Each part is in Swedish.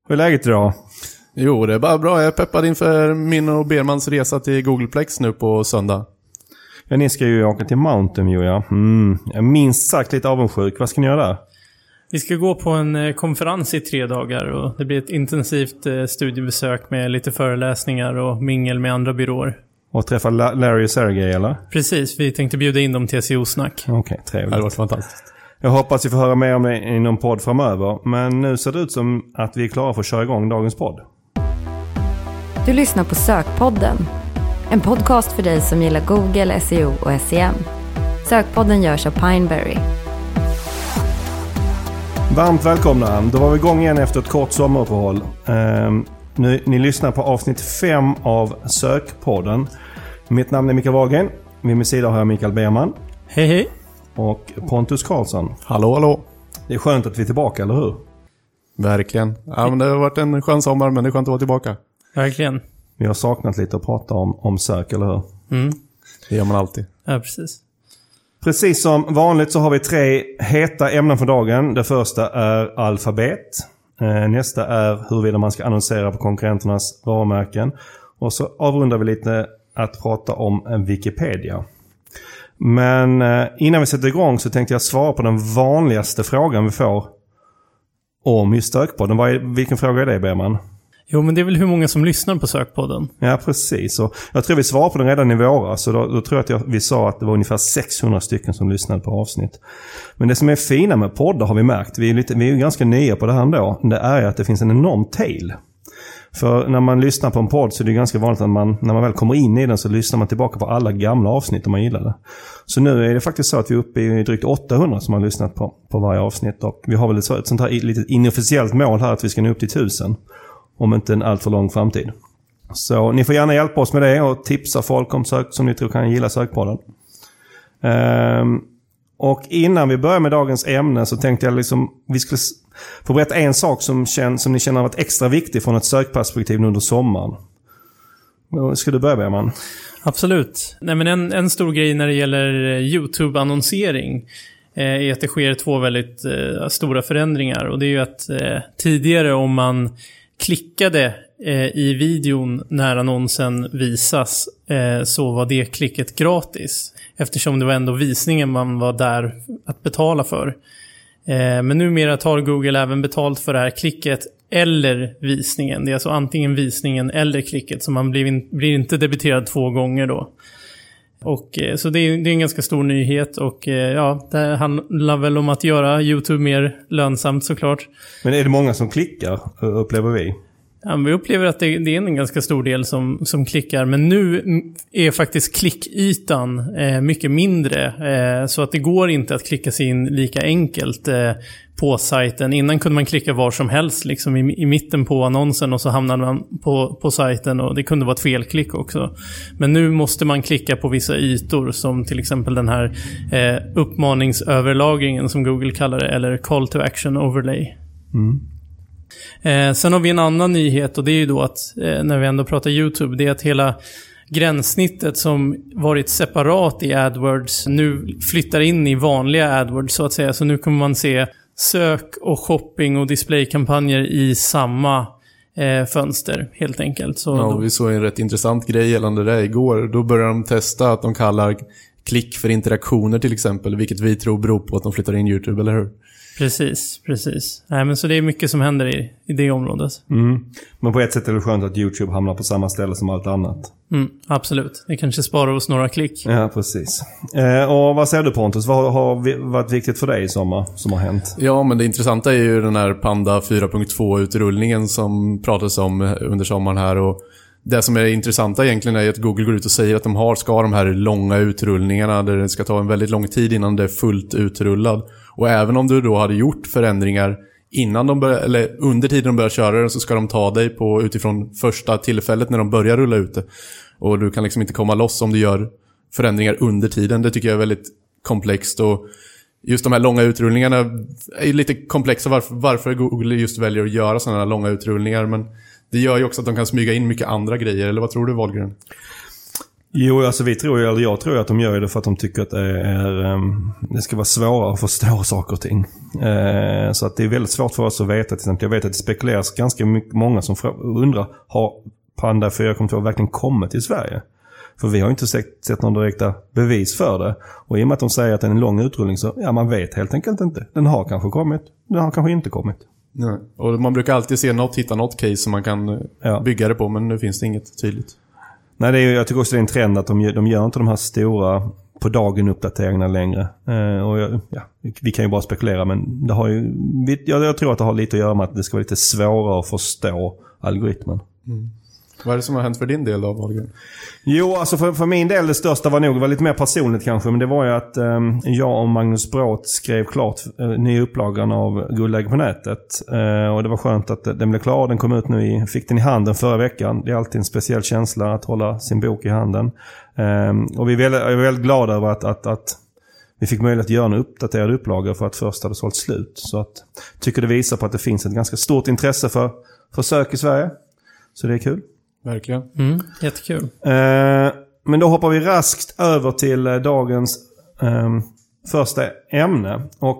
Hur är läget idag? Jo, det är bara bra. Jag är peppad inför min och Bermans resa till Googleplex nu på söndag. Ja, ni ska ju åka till Mountain View, ja. Jag är minst sagt lite avundsjuk. Vad ska ni göra där? Vi ska gå på en konferens i 3 dagar och det blir ett intensivt studiebesök med lite föreläsningar och mingel med andra byråer. Och träffa Larry och Sergey, eller? Precis, vi tänkte bjuda in dem till TCO-snack. Okej, trevligt. Det har varit fantastiskt. Jag hoppas vi får höra mer om det i någon podd framöver. Men nu ser det ut som att vi är klara för att köra igång dagens podd. Du lyssnar på Sökpodden. En podcast för dig som gillar Google, SEO och SEM. Sökpodden görs av Pineberry. Varmt välkomna. Då var vi igång igen efter ett kort sommaruppehåll. Ni lyssnar på avsnitt 5 av Sökpodden. Mitt namn är Mikael Wahlgren. Vid min sida har jag Mikael Berman. Hej hej. Och Pontus Karlsson. Hallå, hallå. Det är skönt att vi är tillbaka, eller hur? Verkligen. Ja, men det har varit en skön sommar, men det är skönt att vara tillbaka. Verkligen. Vi har saknat lite att prata om sök, eller hur? Det gör man alltid. Ja, precis. Precis som vanligt så har vi 3 heta ämnen för dagen. Det första är alfabet. Nästa är huruvida man ska annonsera på konkurrenternas varumärken. Och så avrundar vi lite att prata om Wikipedia. Men innan vi sätter igång så tänkte jag svara på den vanligaste frågan vi får om just Sökpodden. Vilken fråga är det, Berman? Jo, men det är väl hur många som lyssnar på Sökpodden? Ja, precis. Och jag tror vi svarade på den redan i våras. Så då tror jag att vi sa att det var ungefär 600 stycken som lyssnade på avsnitt. Men det som är fina med poddar har vi märkt, vi är ju ganska nya på det här ändå, det är att det finns en enorm tail. För när man lyssnar på en podd så är det ganska vanligt att när man väl kommer in i den så lyssnar man tillbaka på alla gamla avsnitt om man gillar det. Så nu är det faktiskt så att vi är uppe i drygt 800 som har lyssnat på varje avsnitt. Och vi har väl ett sånt här litet inofficiellt mål här att vi ska nå upp till 1000. Om inte en allt för lång framtid. Så ni får gärna hjälpa oss med det och tipsa folk om sök som ni tror kan gilla Sökpodden. Och innan vi börjar med dagens ämne så tänkte jag vi skulle få berätta en sak som ni känner har varit extra viktig från ett sökperspektiv under sommaren. Ska du börja, Berman? Absolut. Nej, men en stor grej när det gäller YouTube-annonsering är att det sker 2 väldigt stora förändringar. Och det är ju att tidigare om man klickade i videon när annonsen visas så var det klicket gratis. Eftersom det var ändå visningen man var där att betala för. Men numera tar Google även betalt för det här klicket eller visningen. Det är alltså antingen visningen eller klicket, så man blir inte debiterad 2 gånger då. Och så det är en ganska stor nyhet och ja, det handlar väl om att göra YouTube mer lönsamt såklart. Men är det många som klickar, upplever vi? Ja, vi upplever att det är en ganska stor del som klickar, men nu är faktiskt klickytan mycket mindre, så att det går inte att klicka sig in lika enkelt på sajten. Innan kunde man klicka var som helst liksom i mitten på annonsen och så hamnade man på sajten och det kunde vara ett felklick också. Men nu måste man klicka på vissa ytor som till exempel den här uppmaningsöverlagringen som Google kallar det, eller call to action overlay. Sen har vi en annan nyhet och det är ju då att när vi ändå pratar YouTube, det är att hela gränssnittet som varit separat i AdWords nu flyttar in i vanliga AdWords så att säga. Så nu kommer man se sök och shopping och displaykampanjer i samma fönster helt enkelt. Så ja, vi såg en rätt intressant grej gällande det igår. Då började de testa att de kallar klick för interaktioner till exempel, vilket vi tror beror på att de flyttar in YouTube, eller hur? Precis. Nej, men så det är mycket som händer i det området. Men på ett sätt är det skönt att YouTube hamnar på samma ställe som allt annat. Absolut. Det kanske sparar oss några klick. Ja, precis. Och vad säger du, Pontus? Vad har varit viktigt för dig i sommar som har hänt? Ja, men det intressanta är ju den här Panda 4.2-utrullningen som pratas om under sommaren här. Och det som är intressanta egentligen är att Google går ut och säger att de ska de här långa utrullningarna där det ska ta en väldigt lång tid innan det är fullt utrullad. Och även om du då hade gjort förändringar innan de börjar, eller under tiden de börjar köra den, så ska de ta dig på utifrån första tillfället när de börjar rulla ut det. Och du kan liksom inte komma loss om du gör förändringar under tiden. Det tycker jag är väldigt komplext, och just de här långa utrullningarna är lite komplexa varför Google just väljer att göra sådana här långa utrullningar, men det gör ju också att de kan smyga in mycket andra grejer. Eller vad tror du, Wahlgren? Jo, alltså jag tror att de gör det för att de tycker att det ska vara svårare att förstå saker och ting. Så att det är väldigt svårt för oss att veta. Till exempel, jag vet att det spekuleras ganska många som undrar, har Panda 4.2 verkligen kommit till Sverige? För vi har inte sett någon direkta bevis för det. Och i och med att de säger att det är en lång utrullning så, ja, man vet helt enkelt inte. Den har kanske kommit, den har kanske inte kommit. Nej. Och man brukar alltid hitta något case som man kan bygga det på, men nu finns det inget tydligt. Nej, jag tycker också det är en trend att de gör inte de här stora på dagen uppdateringarna längre. Vi kan ju bara spekulera, men det har ju, jag tror att det har lite att göra med att det ska vara lite svårare att förstå algoritmen. Mm. Vad är det som har hänt för din del av Wahlgren? Jo, alltså för min del det största var lite mer personligt kanske, men det var ju att jag och Magnus Bråth skrev klart nya upplagan av Guldläge på nätet. Och det var skönt att den blev klar. Den kom ut nu fick den i handen förra veckan. Det är alltid en speciell känsla att hålla sin bok i handen. Och jag är väldigt glada över att vi fick möjlighet att göra en uppdaterad upplaga för att först hade sålt slut. Så att tycker det visar på att det finns ett ganska stort intresse för sök i Sverige. Så det är kul. Verkligen. Jättekul. Men då hoppar vi raskt över till dagens första ämne. Och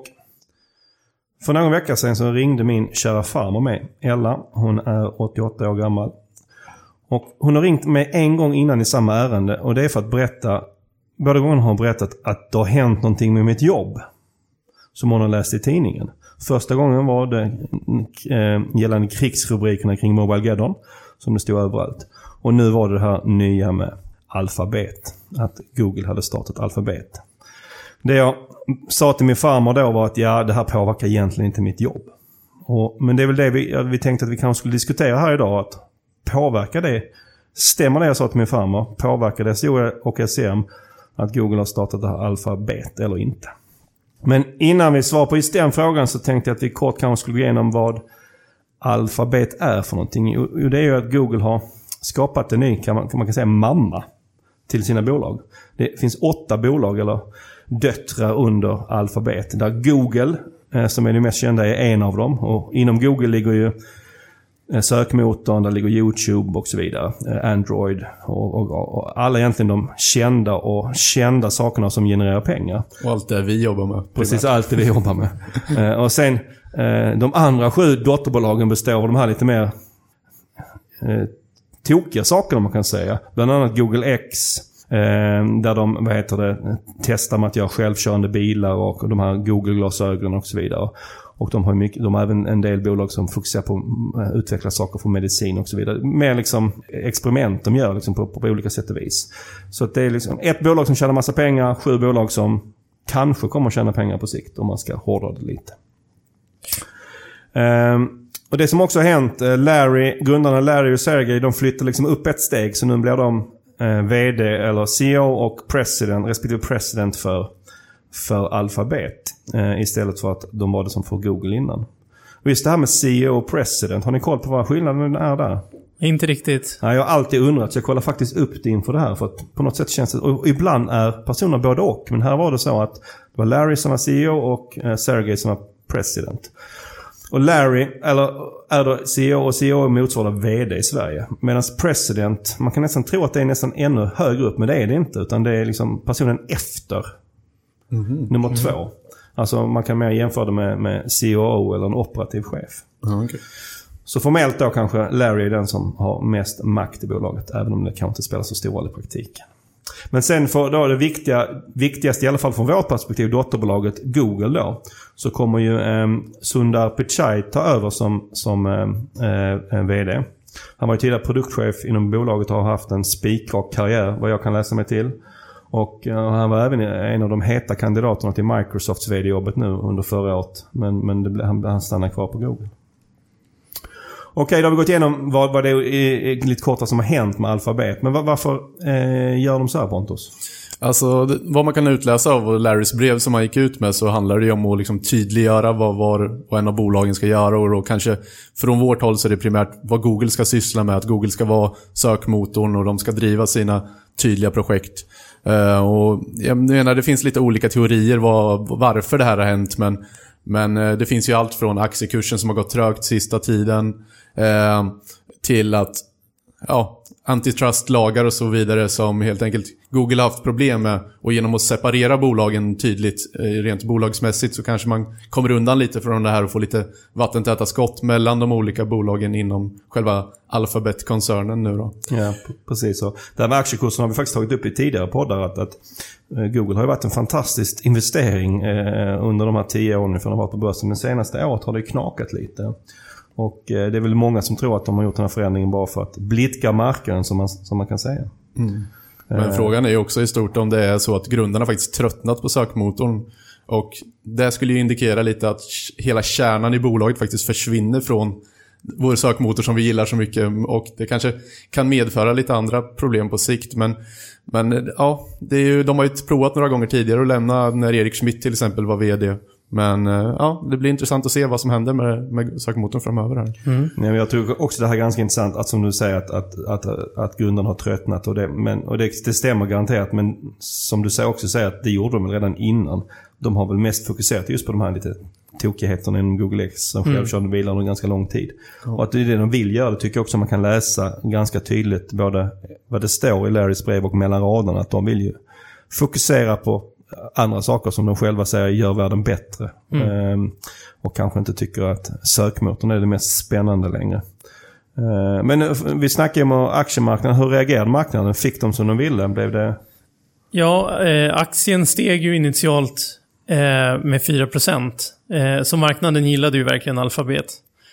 för någon vecka sedan så ringde min kära farmor mig, Ella. Hon är 88 år gammal. Och hon har ringt mig en gång innan i samma ärende. Och det är för att berätta, båda gångerna har hon berättat att det har hänt någonting med mitt jobb. Som hon har läst i tidningen. Första gången var det gällande krigsrubrikerna kring Mobilegeddon. Som det stod överallt. Och nu var det här nya med Alphabet. Att Google hade startat Alphabet. Det jag sa till min farmor då var att det här påverkar egentligen inte mitt jobb. Men det är väl det vi tänkte att vi kanske skulle diskutera här idag. Att påverka det. Stämmer det jag sa till min farmor? Påverkar det SEO och SEM att Google har startat det här Alphabet eller inte? Men innan vi svarar på just den frågan så tänkte jag att vi kort kanske skulle gå igenom vad Alphabet är för någonting. Jo, det är ju att Google har skapat en ny, man kan säga, mamma till sina bolag. Det finns 8 bolag eller döttrar under Alphabet. Där Google, som är det mest kända, är en av dem. Och inom Google ligger ju sökmotorn, där ligger YouTube och så vidare. Android och alla egentligen de kända sakerna som genererar pengar. Och allt det vi jobbar med. Precis, allt det vi jobbar med. Och sen de andra 7 dotterbolagen består av de här lite mer tokiga sakerna man kan säga. Bland annat Google X, där de testar med att göra självkörande bilar och de här Google-glasögonen och så vidare. Och de har även en del bolag som fokuserar på att utveckla saker för medicin och så vidare. Mer liksom experiment de gör liksom på olika sätt och vis. Så att det är liksom ett bolag som tjänar massa pengar, 7 bolag som kanske kommer att tjäna pengar på sikt om man ska hårdra det lite. Och det som också har hänt, grundarna Larry och Sergey, de flyttar liksom upp ett steg, så nu blir de vd eller CEO och respektive president för Alphabet istället för att de var det som för Google innan. Och just det här med CEO och president, har ni koll på vad skillnaden är där? Inte riktigt. Ja, jag har alltid undrat, så jag kollar faktiskt upp det inför det här, för att på något sätt känns det, och ibland är personer både och, men här var det så att det var Larry som var CEO och Sergey som var president. Och Larry, är då CEO, och CEO motsvarar vd i Sverige. Medan president, man kan nästan tro att det är nästan ännu högre upp, men det är det inte, utan det är liksom personen efter nummer 2. Alltså man kan mer jämföra det med COO eller en operativ chef. Okay. Så formellt då kanske Larry är den som har mest makt i bolaget, även om det kanske inte spelar så stor roll i praktiken. Men sen för då det viktigaste, i alla fall från vårt perspektiv, dotterbolaget Google då, så kommer ju Sundar Pichai ta över som vd. Han var ju tidigare produktchef inom bolaget och har haft en spikrak karriär, vad jag kan läsa mig till. Och han var även en av de heta kandidaterna till Microsofts vd-jobbet nu under förra året. Men han stannar kvar på Google. Okej, då har vi gått igenom vad det är lite kortare som har hänt med Alphabet. Men varför gör de så här, Pontus? Alltså, vad man kan utläsa av Larrys brev som han gick ut med, så handlar det om att liksom tydliggöra vad en av bolagen ska göra. Och kanske från vårt håll så är det primärt vad Google ska syssla med. Att Google ska vara sökmotorn och de ska driva sina tydliga projekt. Och jag menar, det finns lite olika teorier varför det här har hänt, men det finns ju allt från aktiekursen som har gått trögt sista tiden till att antitrustlagar och så vidare som helt enkelt Google har haft problem med. Och genom att separera bolagen tydligt rent bolagsmässigt så kanske man kommer undan lite från det här och får lite vattentäta skott mellan de olika bolagen inom själva Alphabet-koncernen nu då. Ja, precis så. Det här med aktiekursen har vi faktiskt tagit upp i tidigare poddar att Google har ju varit en fantastisk investering under de här 10 åren för de har varit på börsen. Men senaste året har det knakat lite. Och det är väl många som tror att de har gjort den här förändringen bara för att blidka marknaden som man kan säga. Mm. Men frågan är ju också i stort om det är så att grundarna faktiskt tröttnat på sökmotorn. Och det skulle ju indikera lite att hela kärnan i bolaget faktiskt försvinner från vår sökmotor som vi gillar så mycket. Och det kanske kan medföra lite andra problem på sikt. Men ja, det är ju, de har ju provat några gånger tidigare att lämna när Erik Schmidt till exempel var vd. Men ja, det blir intressant att se vad som händer med sökmotorn framöver här. Mm. Ja, jag tror också det här är ganska intressant att som du säger att grundarna har tröttnat och det stämmer garanterat, men som du säger att det gjorde de redan innan. De har väl mest fokuserat just på de här lite tokigheterna inom Google X som självkörande bilar under ganska lång tid. Och att det är det de vill göra, det tycker jag också man kan läsa ganska tydligt både vad det står i Larrys brev och mellan raderna, att de vill ju fokusera på andra saker som de själva säger gör världen bättre. Och kanske inte tycker att sökmotorn är det mest spännande längre. Men vi snackade om aktiemarknaden. Hur reagerade marknaden? Fick de som de ville? Blev det... Ja, aktien steg ju initialt med 4%. Så marknaden gillade ju verkligen Alphabet.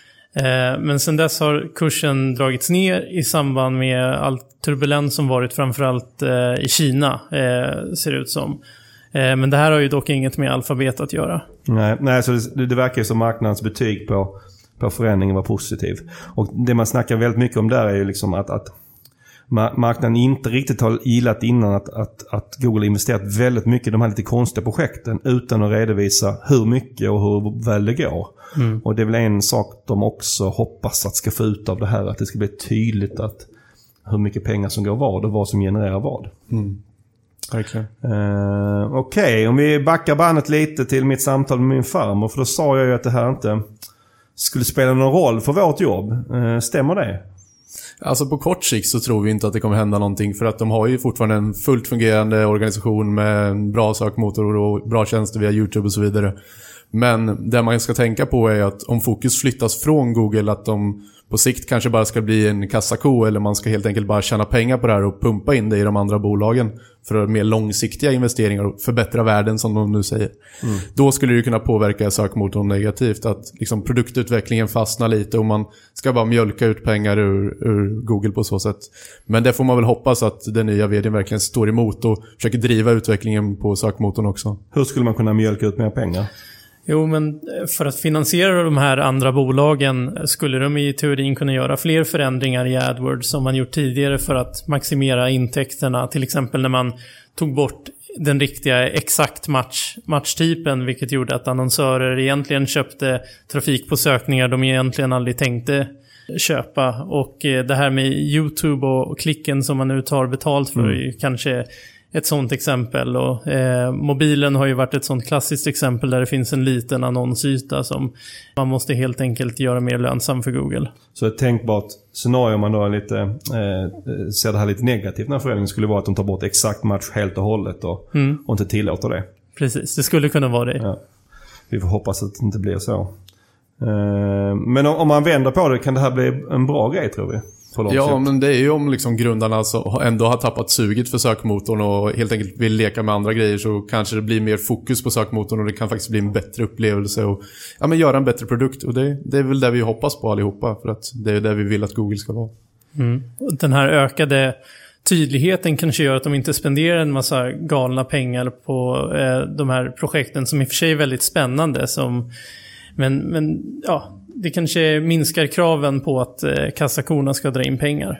Men sen dess har kursen dragits ner i samband med all turbulens som varit framförallt i Kina, ser det ut som. Men det här har ju dock inget med Alphabet att göra. Nej, så det verkar ju som marknadens betyg på förändringen var positiv. Och det man snackar väldigt mycket om där är ju liksom att marknaden inte riktigt har gillat innan att Google investerat väldigt mycket i de här lite konstiga projekten utan att redovisa hur mycket och hur väl det går. Och det är väl en sak de också hoppas att ska få ut av det här, att det ska bli tydligt att hur mycket pengar som går vad och vad som genererar vad. Verkligen. Okej, om vi backar bandet lite till mitt samtal med min farmor, för då sa jag ju att det här inte skulle spela någon roll för vårt jobb. Stämmer det? Alltså på kort sikt så tror vi inte att det kommer hända någonting, för att de har ju fortfarande en fullt fungerande organisation med en bra sökmotor och bra tjänster via YouTube och så vidare. Men det man ska tänka på är att om fokus flyttas från Google, att de på sikt kanske bara ska bli en kassako, eller man ska helt enkelt bara tjäna pengar på det här och pumpa in det i de andra bolagen för mer långsiktiga investeringar och förbättra världen som de nu säger. Då skulle det kunna påverka sökmotorn negativt, att liksom produktutvecklingen fastnar lite och man ska bara mjölka ut pengar ur Google på så sätt. Men det får man väl hoppas att den nya vdn verkligen står emot och försöker driva utvecklingen på sökmotorn också. Hur skulle man kunna mjölka ut mer pengar? Jo, men för att finansiera de här andra bolagen skulle de i teorin kunna göra fler förändringar i AdWords som man gjort tidigare för att maximera intäkterna. Till exempel när man tog bort den riktiga exakt matchtypen, vilket gjorde att annonsörer egentligen köpte trafik på sökningar de egentligen aldrig tänkte köpa. Och det här med YouTube och klicken som man nu tar betalt för är kanske ett sånt exempel. Och mobilen har ju varit ett sånt klassiskt exempel där det finns en liten annonsyta som man måste helt enkelt göra mer lönsam för Google. Så ett tänkbart scenario om man då lite ser det här lite negativt när förändringen skulle vara att de tar bort exakt match helt och hållet och inte tillåter det. Precis, det skulle kunna vara det. Ja. Vi får hoppas att det inte blir så. Men om man vänder på det, kan det här bli en bra grej, tror vi? Ja, men det är ju om liksom grundarna alltså ändå har tappat suget för sökmotorn och helt enkelt vill leka med andra grejer, så kanske det blir mer fokus på sökmotorn och det kan faktiskt bli en bättre upplevelse och göra en bättre produkt. Och det är väl det vi hoppas på allihopa, för att det är det vi vill att Google ska vara. Och den här ökade tydligheten kanske gör att de inte spenderar en massa galna pengar på de här projekten som i och för sig är väldigt spännande. Men ja, det kanske minskar kraven på att kassakorna ska dra in pengar.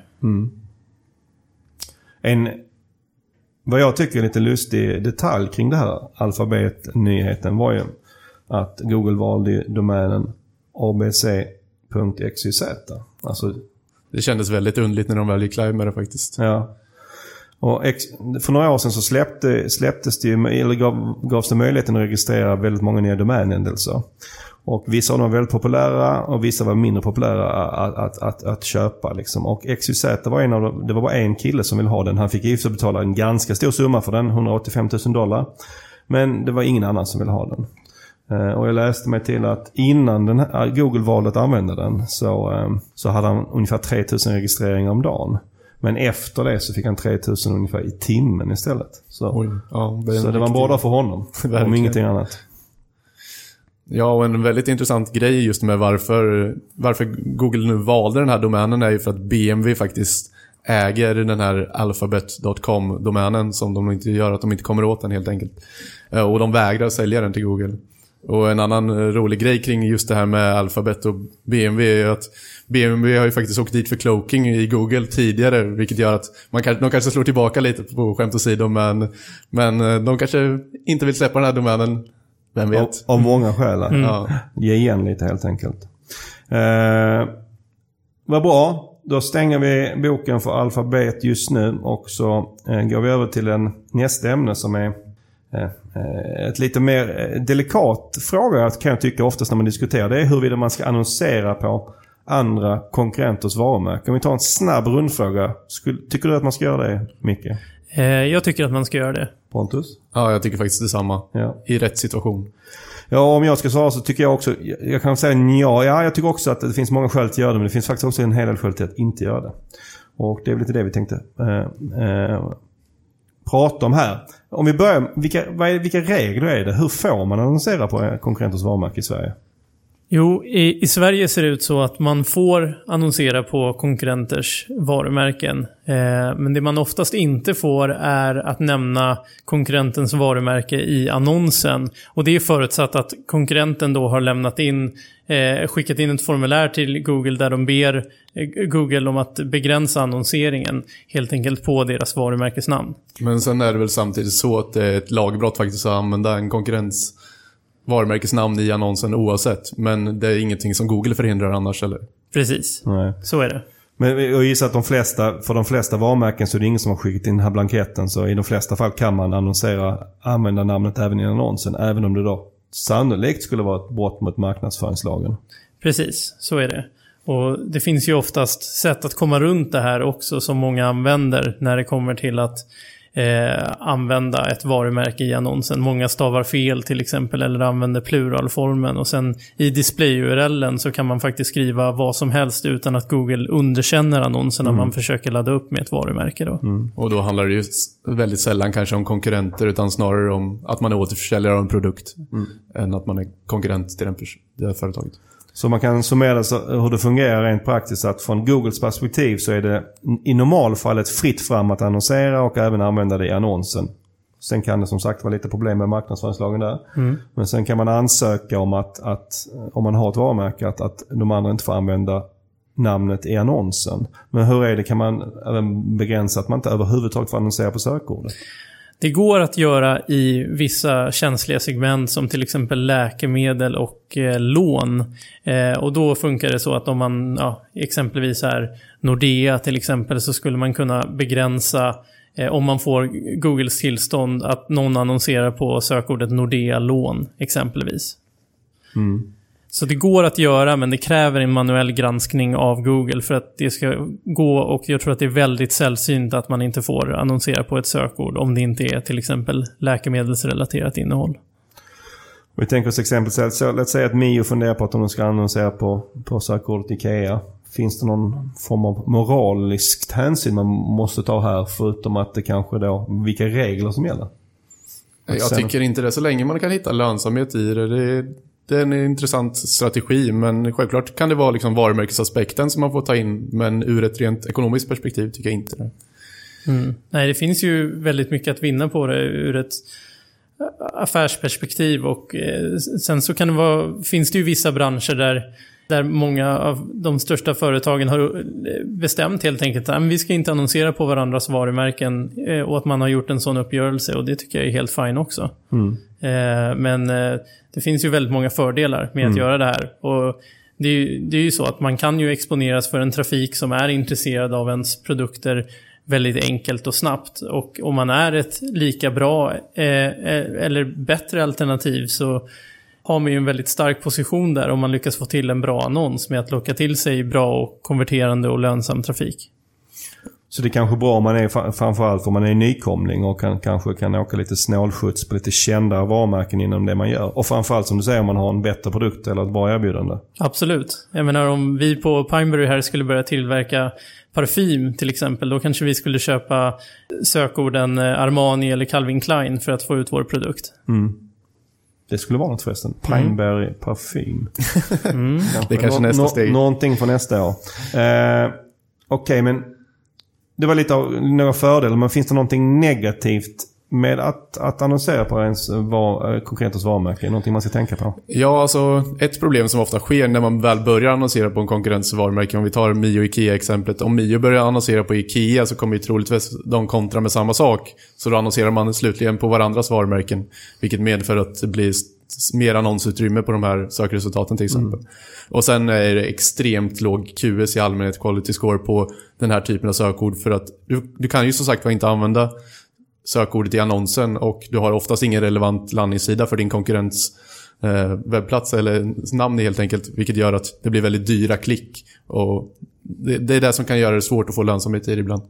Vad jag tycker är lite lustig detalj kring det här Alphabet-nyheten var ju att Google valde domänen abc.xyz. Alltså, det kändes väldigt underligt när de väl gick live med det faktiskt. Ja. Och för några år sedan så släpptes det ju, eller gavs det möjligheten att registrera väldigt många nya domänhändelser. Och vissa av dem var väldigt populära och vissa var mindre populära att köpa. Liksom. Och XYZ var det var bara en kille som ville ha den. Han fick i sig betala en ganska stor summa för den, $185,000. Men det var ingen annan som ville ha den. Och jag läste mig till att innan Google valde att använda den så hade han ungefär 3000 registreringar om dagen. Men efter det så fick han 3000 ungefär i timmen istället. Så det var en bra dag för honom, om ingenting annat. Ja, och en väldigt intressant grej just med varför Google nu valde den här domänen är ju för att BMW faktiskt äger den här alphabet.com-domänen som de inte gör, att de inte kommer åt den helt enkelt. Och de vägrar sälja den till Google. Och en annan rolig grej kring just det här med Alphabet och BMW är att BMW har ju faktiskt åkt dit för cloaking i Google tidigare, vilket gör att de kanske slår tillbaka lite på skämt och sidor, men de kanske inte vill släppa den här domänen. Vem vet? Av många skäl. Ja. Ge igen lite helt enkelt. Vad bra. Då stänger vi boken för alfabet just nu och så går vi över till nästa ämne som är ett lite mer delikat fråga, kan jag tycka oftast när man diskuterar. Det är huruvida man ska annonsera på andra konkurrenters varumärken. Om vi tar en snabb rundfråga. Tycker du att man ska göra det, Micke? Jag tycker att man ska göra det. Pontus? Ja, jag tycker faktiskt detsamma. Ja. I rätt situation. Ja, om jag ska svara så tycker jag också, jag kan säga jag tycker också att det finns många skäl till att göra det, men det finns faktiskt också en hel del skäl till att inte göra det. Och det är väl lite det vi tänkte prata om här. Om vi börjar, vilka regler är det? Hur får man annonsera på konkurrenters varumärke i Sverige? Jo, i Sverige ser det ut så att man får annonsera på konkurrenters varumärken. Men det man oftast inte får är att nämna konkurrentens varumärke i annonsen. Och det är förutsatt att konkurrenten då har skickat in ett formulär till Google där de ber Google om att begränsa annonseringen helt enkelt på deras varumärkesnamn. Men sen är det väl samtidigt så att det är ett lagbrott faktiskt att använda en konkurrents varumärkesnamn i annonsen oavsett. Men det är ingenting som Google förhindrar annars, eller? Precis, Nej. Så är det. Men jag gissar att för de flesta varumärken så är det ingen som har skickat in den här blanketten. Så i de flesta fall kan man använda namnet även i annonsen. Även om det då sannolikt skulle vara ett brott mot marknadsföringslagen. Precis, så är det. Och det finns ju oftast sätt att komma runt det här också som många använder när det kommer till att använda ett varumärke i annonsen. Många stavar fel till exempel eller använder pluralformen och sen i display-URLen så kan man faktiskt skriva vad som helst utan att Google underkänner annonsen när man försöker ladda upp med ett varumärke då. Och då handlar det ju väldigt sällan kanske om konkurrenter utan snarare om att man är återförsäljare av en produkt än att man är konkurrent till det företaget. Så man kan summera hur det fungerar rent praktiskt att från Googles perspektiv så är det i normalfallet fritt fram att annonsera och även använda det i annonsen. Sen kan det som sagt vara lite problem med marknadsföringslagen där. Men sen kan man ansöka om att om man har ett varumärke att de andra inte får använda namnet i annonsen. Men hur är det, kan man även begränsa att man inte överhuvudtaget får annonsera på sökordet? Det går att göra i vissa känsliga segment som till exempel läkemedel och lån. Och då funkar det så att om man exempelvis är Nordea till exempel så skulle man kunna begränsa om man får Googles tillstånd att någon annonserar på sökordet Nordea lån exempelvis. Så det går att göra men det kräver en manuell granskning av Google för att det ska gå och jag tror att det är väldigt sällsynt att man inte får annonsera på ett sökord om det inte är till exempel läkemedelsrelaterat innehåll. Vi tänker oss exempel så låt säga att Mio funderar på att de ska annonsera på sökordet Ikea. Finns det någon form av moraliskt hänsyn man måste ta här förutom att det kanske då vilka regler som gäller? Jag tycker inte det så länge man kan hitta lönsamhet i det. Det är en intressant strategi men självklart kan det vara liksom varumärkesaspekten som man får ta in men ur ett rent ekonomiskt perspektiv tycker jag inte det. Nej, det finns ju väldigt mycket att vinna på det ur ett affärsperspektiv och sen så finns det ju vissa branscher där många av de största företagen har bestämt helt enkelt att vi ska inte annonsera på varandras varumärken och att man har gjort en sån uppgörelse och det tycker jag är helt fine också. Men det finns ju väldigt många fördelar med att göra det här och det är ju så att man kan ju exponeras för en trafik som är intresserad av ens produkter väldigt enkelt och snabbt och om man är ett lika bra eller bättre alternativ så har man ju en väldigt stark position där om man lyckas få till en bra annons med att locka till sig bra och konverterande och lönsam trafik. Så det är kanske bra om man är, framförallt om man är nykomling och kanske kan åka lite snålskjuts på lite kända varumärken inom det man gör. Och framförallt som du säger, om man har en bättre produkt eller ett bra erbjudande. Absolut. Jag menar, om vi på Pineberry här skulle börja tillverka parfym till exempel, då kanske vi skulle köpa sökorden Armani eller Calvin Klein för att få ut vår produkt. Det skulle vara något förresten. Pineberry parfym. Det är kanske nästa steg. Någonting för nästa år. Okej, men det var lite av några fördelar, men finns det någonting negativt med att annonsera på ens konkurrenters varumärke? Någonting man ska tänka på? Ja, alltså ett problem som ofta sker när man väl börjar annonsera på en konkurrents varumärke, om vi tar Mio och Ikea-exemplet. Om Mio börjar annonsera på Ikea så kommer ju troligtvis de kontra med samma sak. Så då annonserar man slutligen på varandras varumärken, vilket medför att det blir mer annonsutrymme på de här sökresultaten till exempel. Och sen är det extremt låg QS i allmänhet, quality score, på den här typen av sökord, för att du kan ju som sagt inte använda sökordet i annonsen, och du har oftast ingen relevant landningssida för din konkurrents webbplats eller namn helt enkelt, vilket gör att det blir väldigt dyra klick, och det är det som kan göra det svårt att få lönsamhet i det ibland.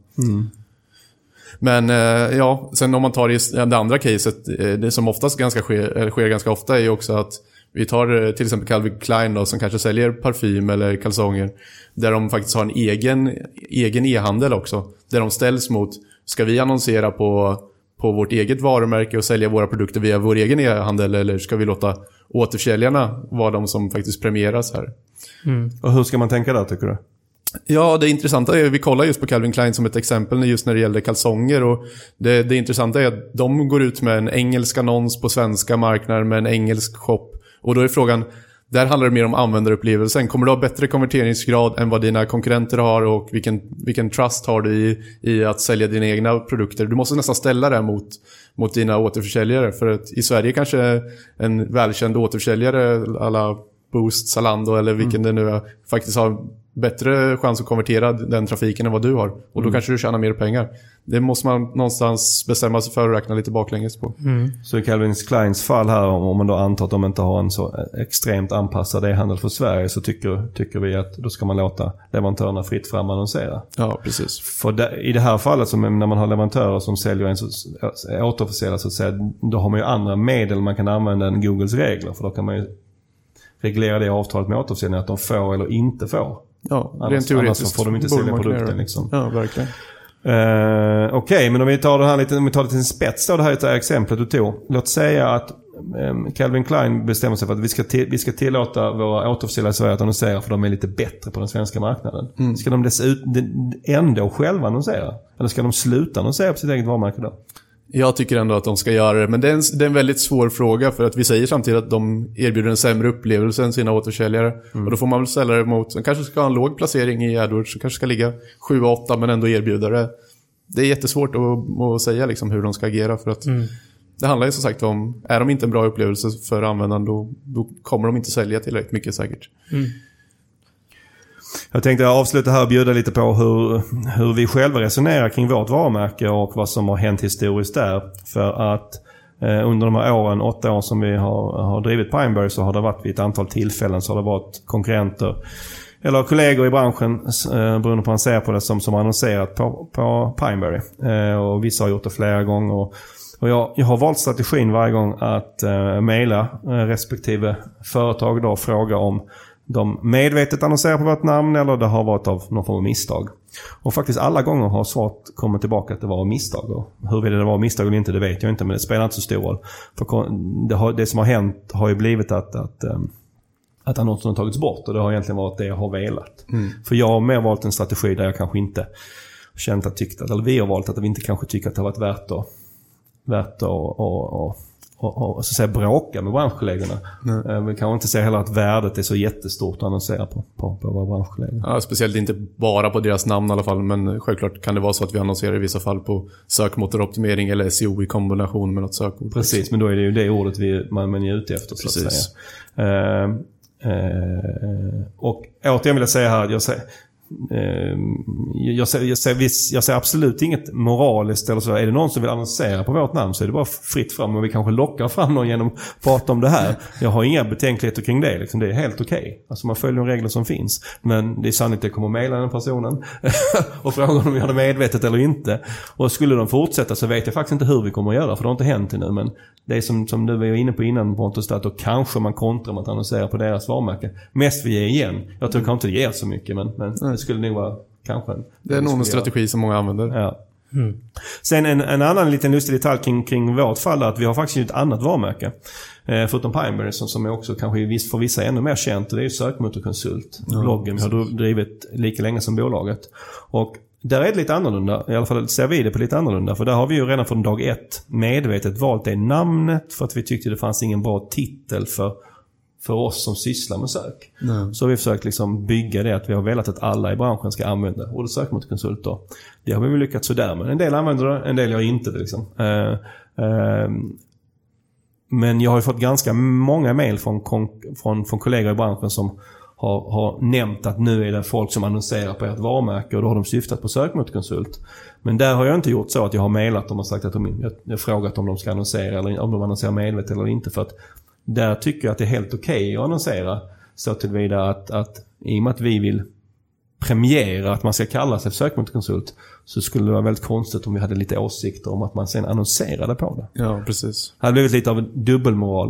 Men ja, sen om man tar det andra caset, det som oftast sker ganska ofta är ju också att vi tar till exempel Calvin Klein då, som kanske säljer parfym eller kalsonger, där de faktiskt har en egen e-handel också, där de ställs mot, ska vi annonsera på vårt eget varumärke och sälja våra produkter via vår egen e-handel, eller ska vi låta återförsäljarna vara de som faktiskt premieras här? Och hur ska man tänka där, tycker du? Ja, det intressanta är, vi kollar just på Calvin Klein som ett exempel just när det gäller kalsonger, och det intressanta är att de går ut med en engelsk annons på svenska marknaden med en engelsk shop, och då är frågan, där handlar det mer om användarupplevelsen. Kommer du ha bättre konverteringsgrad än vad dina konkurrenter har, och vilken trust har du i att sälja dina egna produkter? Du måste nästan ställa det mot dina återförsäljare, för att i Sverige kanske en välkänd återförsäljare alla Boost, Zalando eller vilken det nu är, faktiskt har bättre chans att konvertera den trafiken än vad du har. Och då kanske du tjänar mer pengar. Det måste man någonstans bestämma sig för och räkna lite baklänges på. Så i Calvin Kleins fall här, om man då antar att de inte har en så extremt anpassad e-handel för Sverige, så tycker vi att då ska man låta leverantörerna fritt fram annonsera. Ja, precis. För i det här fallet, som när man har leverantörer som säljer återförsäljare, så att säga, då har man ju andra medel man kan använda än Googles regler. För då kan man ju reglera det avtalet med återförsäljaren att de får eller inte får. Ja, rent teoretiskt får de inte sälja produkten liksom. Ja, verkligen. Okej, men om vi tar det här lite, om vi tar det till en spets då, det här är ett exempel du tog. Låt säga att Calvin Klein bestämmer sig för att vi ska tillåta våra återförsäljare i Sverige att annonsera, för de är lite bättre på den svenska marknaden. Ska de dessutom ändå själva annonsera? Eller ska de sluta annonsera på sitt eget varumärke då? Jag tycker ändå att de ska göra det, men det är en väldigt svår fråga, för att vi säger samtidigt att de erbjuder en sämre upplevelse än sina återförsäljare. Och då får man väl ställa det mot, de kanske ska ha en låg placering i AdWords, så kanske ska ligga 7-8 men ändå erbjuda det. Det är jättesvårt att säga liksom hur de ska agera, för att det handlar ju som sagt om, är de inte en bra upplevelse för användaren, då kommer de inte sälja tillräckligt mycket säkert. Jag tänkte avsluta här och bjuda lite på hur vi själva resonerar kring vårt varumärke och vad som har hänt historiskt där. För att under de här 8 år som vi har drivit Pineberry, så har det varit vid ett antal tillfällen så har det varit konkurrenter eller kollegor i branschen, beroende på hur man ser på det, som annonserat på Pineberry. Och vissa har gjort det flera gånger. Och jag har valt strategin varje gång att mejla respektive företag då och fråga om de medvetet annonserar på vårt namn eller det har varit av någon form av misstag. Och faktiskt alla gånger har svaret kommit tillbaka att det var misstag. Och huruvida det var misstag eller inte, det vet jag inte, men det spelar inte så stor roll. För det som har hänt har ju blivit att annonsen har tagits bort, och det har egentligen varit det jag har velat. För jag har mer valt en strategi där jag kanske inte känt att eller vi har valt att vi inte kanske tycker att det har varit värt att så att säga bråka med branschkollegorna. Vi kan inte säga heller att värdet är så jättestort att annonsera på våra branschkollegor. Ja, speciellt inte bara på deras namn i alla fall, men självklart kan det vara så att vi annonserar i vissa fall på sökmotoroptimering eller SEO i kombination med något sökord. Precis, men då är det ju det ordet man är ute efter. Precis. Så att säga. Och återigen vill jag säga här, Jag ser absolut inget moraliskt eller så. Är det någon som vill annonsera på vårt namn så är det bara fritt fram, och vi kanske lockar fram någon genom att prata om det här. Jag har inga betänkligheter kring det. Liksom. Det är helt okej. Alltså man följer de regler som finns. Men det är sannolikt att jag kommer att mejla den personen och fråga om vi har det medvetet eller inte. Och skulle de fortsätta så vet jag faktiskt inte hur vi kommer att göra, för det har inte hänt ännu. Men det är som du var inne på innan, Pontus, att då kanske man kontrar med att annonsera på deras varumärke. Mest vi ger igen. Jag tror kanske inte det ger så mycket, men det skulle nog vara kanske det är nog en strategi som många använder. Ja. Sen en annan liten lustig detalj kring vårt fall är att vi har faktiskt ett annat varumärke. Förutom Pineberry som är också kanske för vissa ännu mer känt. Det är ju sökmotorkonsult. Bloggen vi har drivit lika länge som bolaget. Och där är det lite annorlunda. I alla fall ser vi det på lite annorlunda. För där har vi ju redan från dag 1 medvetet valt det namnet för att vi tyckte det fanns ingen bra titel för oss som sysslar med sök. Så har vi försökt liksom bygga det att vi har velat att alla i branschen ska använda ordet sökmotorkonsult då. Det har vi lyckats sådär, men en del använder det, en del gör inte det liksom. Men jag har ju fått ganska många mejl från kollegor i branschen som har nämnt att nu är det folk som annonserar på ert varumärke och då har de syftat på sökmotorkonsult. Men där har jag inte gjort så att jag har mejlat dem och sagt att jag har frågat om de ska annonsera eller om de annonserar medvetet eller inte, för att där tycker jag att det är helt okej att annonsera, så tillvida att i och med att vi vill premiera att man ska kalla sig sökmotorkonsult, så skulle det vara väldigt konstigt om vi hade lite åsikter om att man sen annonserade på det. Ja, precis. Det hade blivit lite av en dubbelmoral.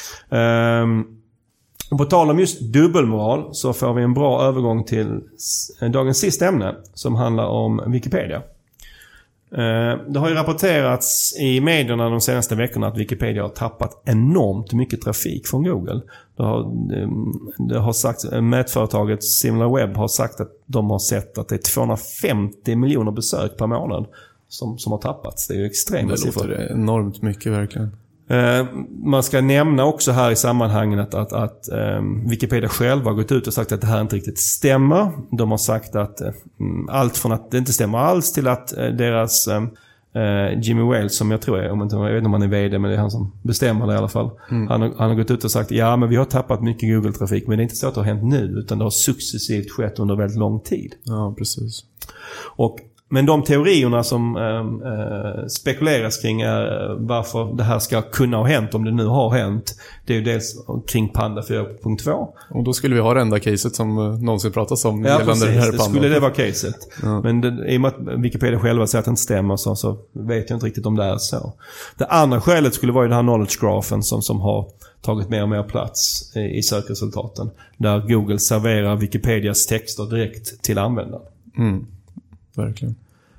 Och på tal om just dubbelmoral så får vi en bra övergång till dagens sista ämne som handlar om Wikipedia. Det har ju rapporterats i medierna de senaste veckorna att Wikipedia har tappat enormt mycket trafik från Google. Det har sagt, mätföretaget SimilarWeb har sagt att de har sett att det är 250 miljoner besök per månad som har tappats. Det är ju extremt siffror. Det låter enormt mycket verkligen. Man ska nämna också här i sammanhanget att Wikipedia själva har gått ut och sagt att det här inte riktigt stämmer. De har sagt att allt från att det inte stämmer alls till att deras Jimmy Wales, som jag tror är, jag vet inte om han är vd, men det är han som bestämmer det i alla fall. Han har gått ut och sagt ja, men vi har tappat mycket Google-trafik, men det är inte så att det har hänt nu, utan det har successivt skett under väldigt lång tid. Ja, precis. Men de teorierna som spekuleras kring är varför det här ska kunna ha hänt, om det nu har hänt, det är ju dels kring Panda 4.2. Och då skulle vi ha det enda caset som någonsin pratas om gällande precis. Den här Panda. Skulle det vara caset. Ja. Men i och med att Wikipedia själva säger att det inte stämmer så vet jag inte riktigt om det är så. Det andra skälet skulle vara ju den här knowledge graphen som har tagit mer och mer plats i sökresultaten. Där Google serverar Wikipedias texter direkt till användaren. Verkligen.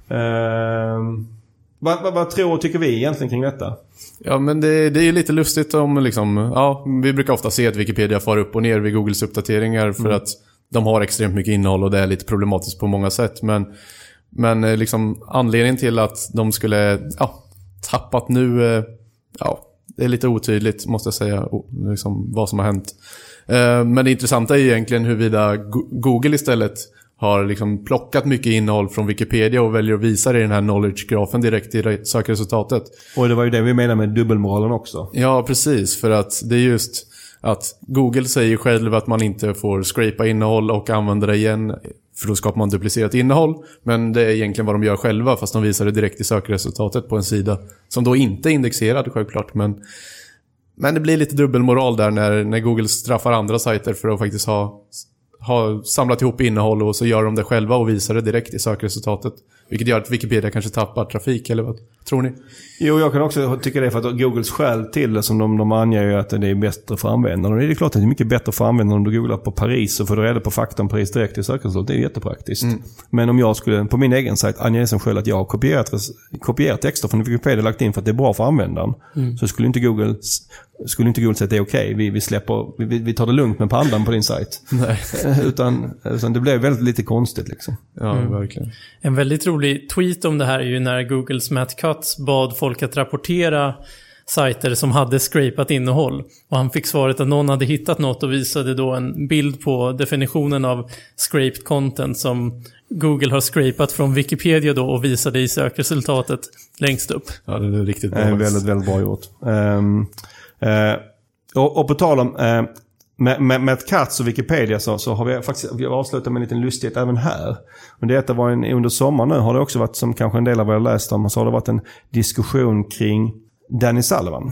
Vad tror och tycker vi egentligen kring detta? Ja, men det är ju lite lustigt om liksom, vi brukar ofta se att Wikipedia far upp och ner vid Googles uppdateringar för att de har extremt mycket innehåll och det är lite problematiskt på många sätt. Men liksom anledningen till att de skulle tappat nu, det är lite otydligt måste jag säga, liksom vad som har hänt. Men det intressanta är egentligen huruvida Google istället har liksom plockat mycket innehåll från Wikipedia och väljer att visa det i den här knowledge-grafen direkt i sökresultatet. Och det var ju det vi menar med dubbelmoralen också. Ja, precis. För att det är just att Google säger själv att man inte får scrapa innehåll och använda det igen, för då skapar man duplicerat innehåll. Men det är egentligen vad de gör själva, fast de visar det direkt i sökresultatet på en sida som då inte är indexerad självklart. Men det blir lite dubbelmoral där när Google straffar andra sajter för att faktiskt har samlat ihop innehåll och så gör de det själva och visar det direkt i sökresultatet. Vilket gör att Wikipedia kanske tappar trafik, eller vad tror ni? Jo, jag kan också tycka det, för att Googles skäl till det som de anger ju att det är bättre för användaren. Och det är klart att det är mycket bättre för användaren om du googlar på Paris och får du reda på fakta om Paris direkt i sökresultatet. Det är jättepraktiskt. Men om jag skulle på min egen sajt ange som skäl att jag har kopierat texter från Wikipedia och lagt in för att det är bra för användaren, så skulle inte Google säga att det är okej. Vi tar det lugnt med pandan på din sajt. Nej. utan det blev väldigt lite konstigt liksom. Ja, verkligen. En väldigt rolig tweet om det här är ju när Googles Matt Cutts bad folk att rapportera sajter som hade scrapat innehåll. Och han fick svaret att någon hade hittat något och visade då en bild på definitionen av scraped content som Google har scrapat från Wikipedia då och visade i sökresultatet längst upp. Ja, det är riktigt bra. Väldigt, väldigt bra gjort. Och på tal om med Katz och Wikipedia så har vi avslutat med en liten lustighet även här. Men det var under sommaren nu har det också varit, som kanske en del av vad jag läst om, så har det varit en diskussion kring Danny Sullivan.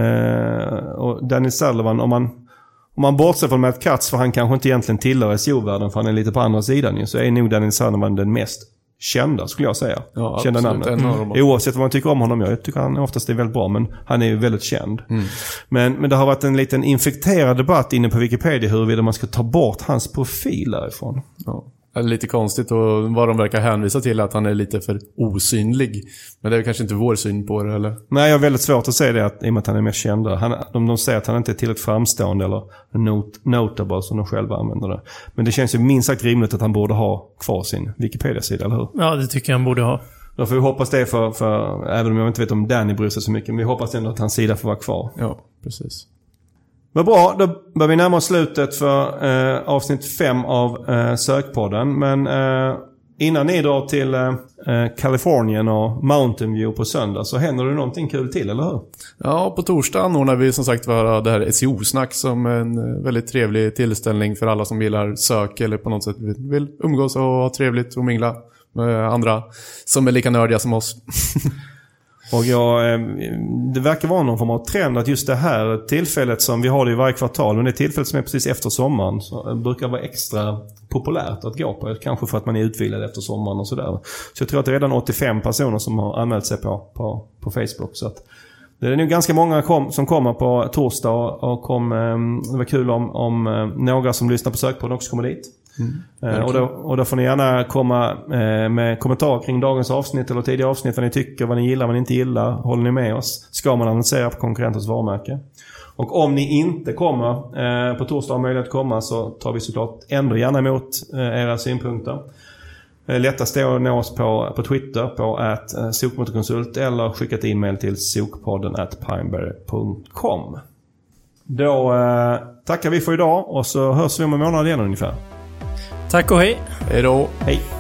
Och Danny Sullivan, om man bortser från Matt Katz, för han kanske inte egentligen tillhör SEO-världen, för han är lite på andra sidan ju, så är nog Danny Sullivan den mest kända, skulle jag säga. Ja, kända namnet. Oavsett vad man tycker om honom. Jag tycker han oftast är väldigt bra, men han är ju väldigt känd. Men det har varit en liten infekterad debatt inne på Wikipedia huruvida man ska ta bort hans profil därifrån. Ja. Det är lite konstigt, och vad de verkar hänvisa till att han är lite för osynlig. Men det är kanske inte vår syn på det, eller? Nej, jag har väldigt svårt att säga det, i och med att han är mer känd. De säger att han inte är tillräckligt framstående eller notable, som de själva använder det. Men det känns ju minst sagt rimligt att han borde ha kvar sin Wikipedia-sida, eller hur? Ja, det tycker jag han borde ha. Då får vi hoppas det för även om jag inte vet om Danny bryr sig så mycket, men vi hoppas ändå att hans sida får vara kvar. Ja, precis. Vad bra, då börjar vi närma oss slutet för avsnitt 5 av Sökpodden. Men innan ni drar till Kalifornien och Mountain View på söndag, så händer det någonting kul till, eller hur? Ja, på torsdag anordnar vi som sagt det här SEO-snack, som en väldigt trevlig tillställning för alla som gillar sök eller på något sätt vill umgås och ha trevligt och mingla med andra som är lika nördiga som oss. Och det verkar vara någon form av trend att just det här tillfället som vi har det i varje kvartal, och det tillfället som är precis efter sommaren, så brukar vara extra populärt att gå på. Kanske för att man är utvilad efter sommaren och sådär. Så jag tror att det är redan 85 personer som har anmält sig på Facebook. Så att det är nog ganska många som kommer på torsdag, och det var kul om några som lyssnar på Sökpodden också kommer dit. Och då får ni gärna komma med kommentarer kring dagens avsnitt eller tidigare avsnitt, vad ni tycker, vad ni gillar, vad ni inte gillar. Håller ni med oss? Ska man annonsera på konkurrentens varumärke? Och om ni inte kommer på torsdag och möjlighet att komma, så tar vi såklart ändå gärna emot era synpunkter. Lättast är att nå oss på Twitter på @sokmotorkonsult, eller skicka ett e-mail till sokpodden@pineberry.com. Då tackar vi för idag, och så hörs vi om en månad igen ungefär. Tack och hej. Hej då. Hej.